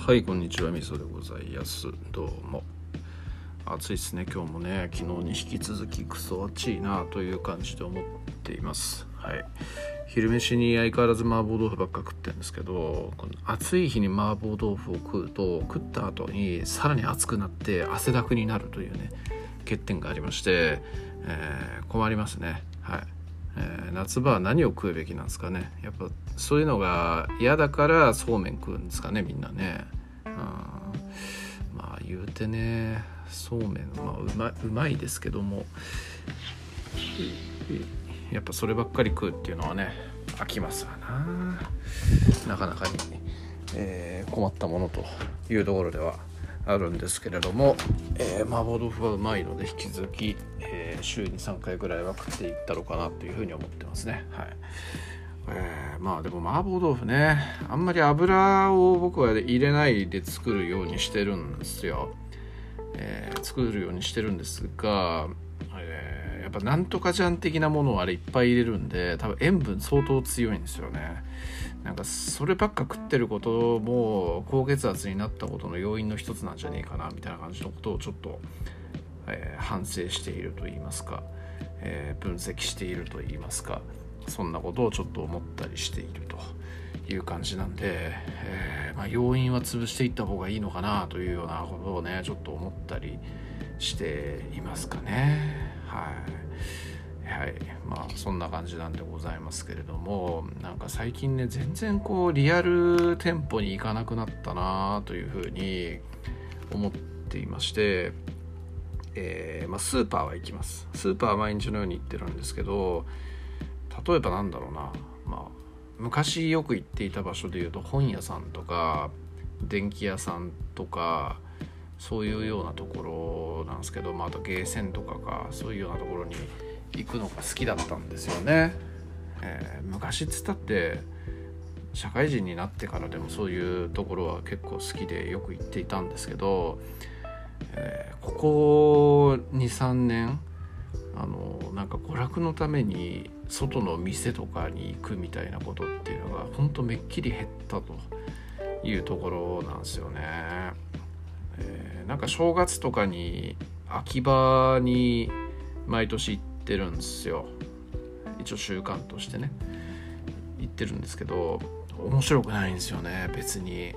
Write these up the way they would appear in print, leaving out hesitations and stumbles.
はい、こんにちは、みそでございます。どうも。暑いですね。今日もね、昨日に引き続きクソ暑いなという感じで思っています。はい。昼飯に相変わらず麻婆豆腐ばっか食ってるんですけど、この暑い日に麻婆豆腐を食うと、食った後にさらに暑くなって汗だくになるというね、欠点がありまして、困りますね。はい。夏場は何を食うべきなんですかね。やっぱそういうのが嫌だからそうめん食うんですかね、みんなね。まあ言うてね、そうめん、うまいですけども、やっぱそればっかり食うっていうのはね、飽きますわな。なかなかに、困ったものというところではあるんですけれども、麻婆豆腐はうまいので引き続き、週に3回ぐらいは食っていったろうかなというふうに思ってますね。はい。まあでも麻婆豆腐ね、あんまり油を僕は入れないで作るようにしてるんですよ。作るようにしてるんですが、やっぱなんとかジャン的なものをあれいっぱい入れるんで、多分塩分相当強いんですよね。なんかそればっか食ってることも高血圧になったことの要因の一つなんじゃねえかなみたいな感じのことをちょっと、反省していると言いますか、分析していると言いますか、そんなことをちょっと思ったりしているという感じなんで、要因は潰していった方がいいのかなというようなことをねちょっと思ったりしていますかね。はい、まあそんな感じなんでございますけれども、なんか最近ね全然こうリアル店舗に行かなくなったなというふうに思っていまして、スーパーは行きます。スーパーは毎日のように行ってるんですけど、例えばなんだろうな、昔よく行っていた場所でいうと本屋さんとか電気屋さんとかそういうようなところなんですけど、あとゲーセンとかそういうようなところに行くのが好きだったんですよね。昔っつったって社会人になってからでもそういうところは結構好きでよく行っていたんですけど、ここ 2,3 年なんか娯楽のために外の店とかに行くみたいなことっていうのが本当めっきり減ったというところなんですよね。なんか正月とかに秋葉に毎年行ってるんですよ。一応習慣としてね行ってるんですけど、面白くないんですよね別に。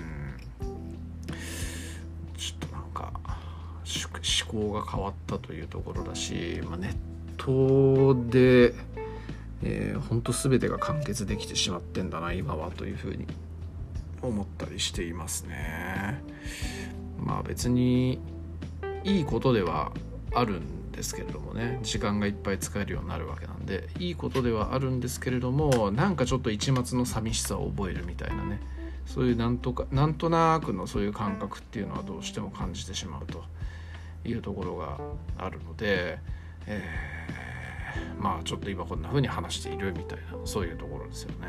ちょっとなんか思考が変わったというところだし、ネットで、本当全てが完結できてしまってんだな今はというふうに思ったりしていますね。別にいいことではあるんですけれどもね、時間がいっぱい使えるようになるわけなんでいいことではあるんですけれども、なんかちょっと一抹の寂しさを覚えるみたいなね、そういうなんとなくのそういう感覚っていうのはどうしても感じてしまうというところがあるので、ちょっと今こんな風に話しているみたいなそういうところですよね。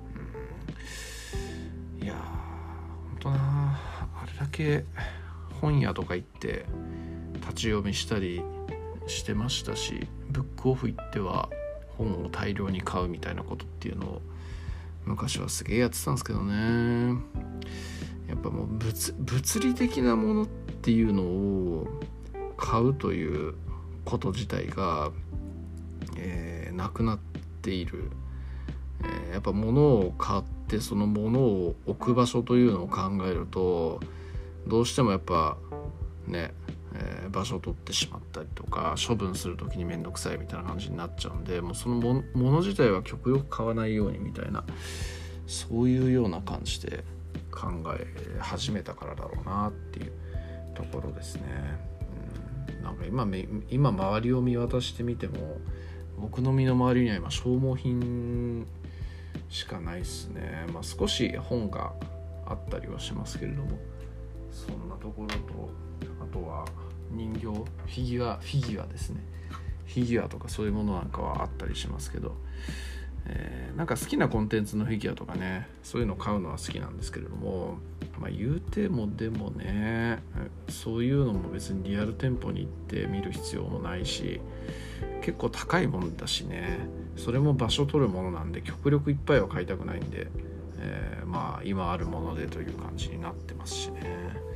いやほんとな、あれだけ本屋とか行って立ち読みしたりしてましたし、ブックオフ行っては本を大量に買うみたいなことっていうのを昔はすげえやってたんですけどね。やっぱもう物理的なものっていうのを買うということ自体が、なくなっている。やっぱ物を買ってその物を置く場所というのを考えるとどうしてもやっぱね、場所を取ってしまったりとか処分する時にめんどくさいみたいな感じになっちゃうんで、もうそのもの自体は極力買わないようにみたいな、そういうような感じで考え始めたからだろうなっていうところですね。なんか今周りを見渡してみても僕の身の回りには今消耗品しかないですね。少し本があったりはしますけれども、そんなところと、あとは人形、フィギュアですね。フィギュアとかそういうものなんかはあったりしますけど、なんか好きなコンテンツのフィギュアとかね、そういうの買うのは好きなんですけれども、言うてもでもね、そういうのも別にリアル店舗に行って見る必要もないし、結構高いもんだしね、それも場所取るものなんで極力いっぱいは買いたくないんで、 まあ今あるものでという感じになってますしね、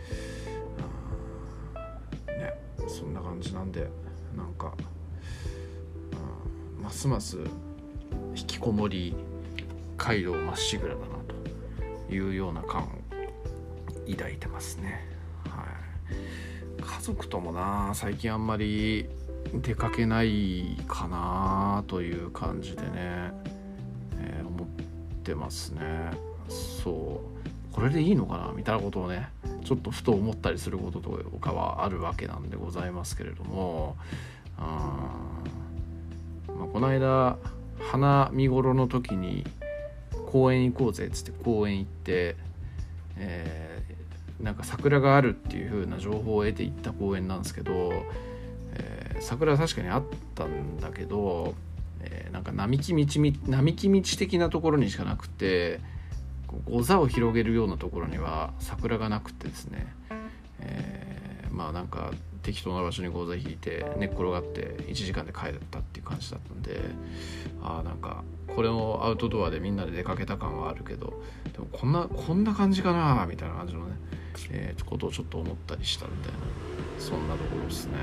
そんな感じなんで、なんか、ますます引きこもり街道まっしぐらだなというような感を抱いてますね。家族ともな、最近あんまり出かけないかなという感じでね、思ってますね。そうこれでいいのかなみたいなことをね、ちょっとふと思ったりすることとかはあるわけなんでございますけれども、この間花見頃の時に公園行こうぜっつって公園行って、なんか桜があるっていう風な情報を得て行った公園なんですけど、桜は確かにあったんだけど、なんか並木道的なところにしかなくて、ご座を広げるようなところには桜がなくてですね、まあなんか適当な場所にご座引いて寝っ転がって1時間で帰ったっていう感じだったんで、なんかこれもアウトドアでみんなで出かけた感はあるけど、でもこんな感じかなみたいな感じのね、ことをちょっと思ったりしたんで、そんなところですね。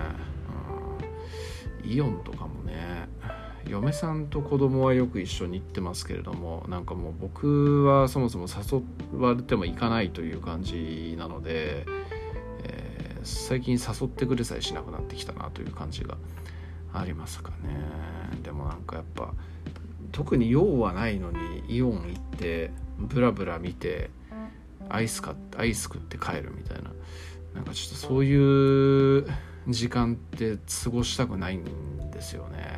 イオンとかもね、嫁さんと子供はよく一緒に行ってますけれども、なんかもう僕はそもそも誘われても行かないという感じなので、最近誘ってくれさえしなくなってきたなという感じがありますかね。でもなんかやっぱ特に用はないのにイオン行ってブラブラ見てアイス食って帰るみたいな、なんかちょっとそういう時間って過ごしたくないんですよね。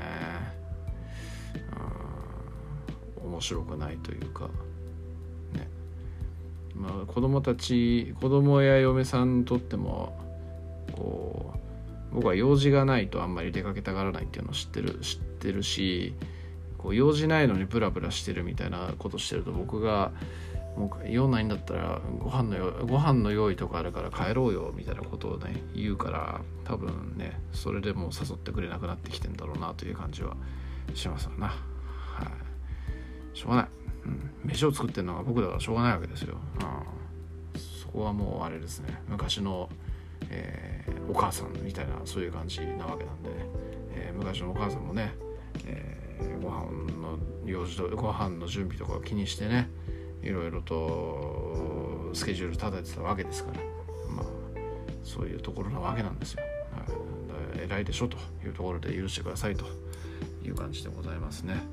面白くないというかね。子供や嫁さんにとってもこう、僕は用事がないとあんまり出かけたがらないっていうのを知ってるし、こう用事ないのにブラブラしてるみたいなことしてると、僕がもう用ないんだったらご飯の用意とかあるから帰ろうよみたいなことをね言うから、多分ねそれでもう誘ってくれなくなってきてんだろうなという感じはしますわな。しょうがない、飯を作ってるのが僕だからしょうがないわけですよ。そこはもうあれですね、昔の、お母さんみたいなそういう感じなわけなんでね、昔のお母さんもね、ご飯の準備とかを気にしてね、いろいろとスケジュール立ててたわけですから、そういうところなわけなんですよ。偉いでしょというところで許してくださいという感じでございますね。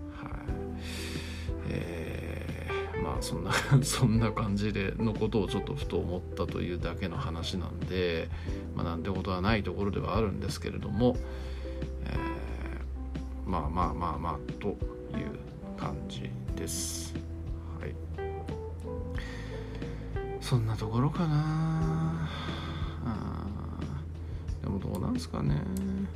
そんな感じでのことをちょっとふと思ったというだけの話なんで、なんてことはないところではあるんですけれども、という感じです。そんなところかな。でもどうなんですかね。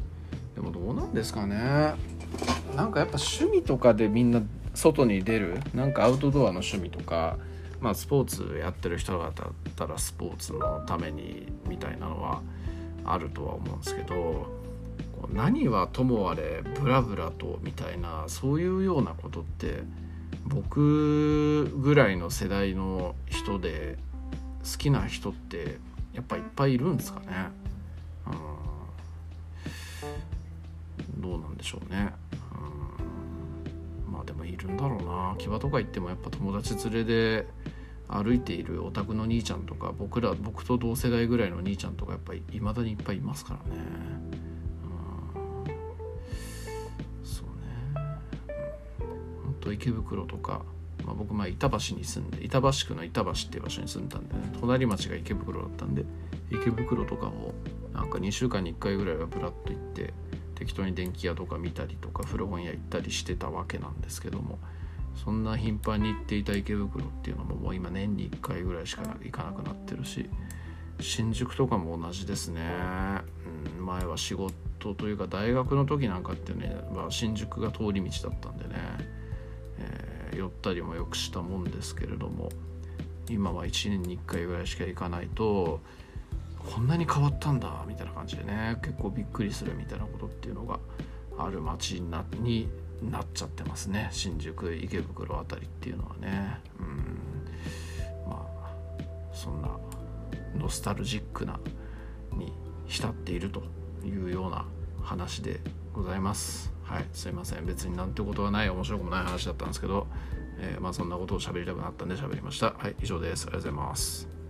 なんかやっぱ趣味とかでみんな外に出る、なんかアウトドアの趣味とか、スポーツやってる人がだったらスポーツのためにみたいなのはあるとは思うんですけど、何はともあれブラブラとみたいな、そういうようなことって僕ぐらいの世代の人で好きな人ってやっぱいっぱいいるんですかね。どうなんでしょうね。でもいるんだろうな。木場とか行ってもやっぱ友達連れで歩いているオタクの兄ちゃんとか、僕と同世代ぐらいの兄ちゃんとかやっぱり未だにいっぱいいますからね。そうね。本当池袋とか、僕板橋区の板橋っていう場所に住んだんで、隣町が池袋だったんで、池袋とかもなんか2週間に1回ぐらいはブラッと行って適当に電気屋とか見たりとか古本屋行ったりしてたわけなんですけども、そんな頻繁に行っていた池袋っていうのももう今年に1回ぐらいしか行かなくなってるし、新宿とかも同じですね。前は仕事というか大学の時なんかってね、新宿が通り道だったんでね、寄ったりもよくしたもんですけれども、今は1年に1回ぐらいしか行かないと、こんなに変わったんだみたいな感じでね、結構びっくりするみたいなことっていうのがある街になっちゃってますね、新宿池袋あたりっていうのはね。 そんなノスタルジックなに浸っているというような話でございます。はい、すいません、別になんてことはない、面白くもない話だったんですけど、そんなことを喋りたくなったんで喋りました。はい、以上です。ありがとうございます。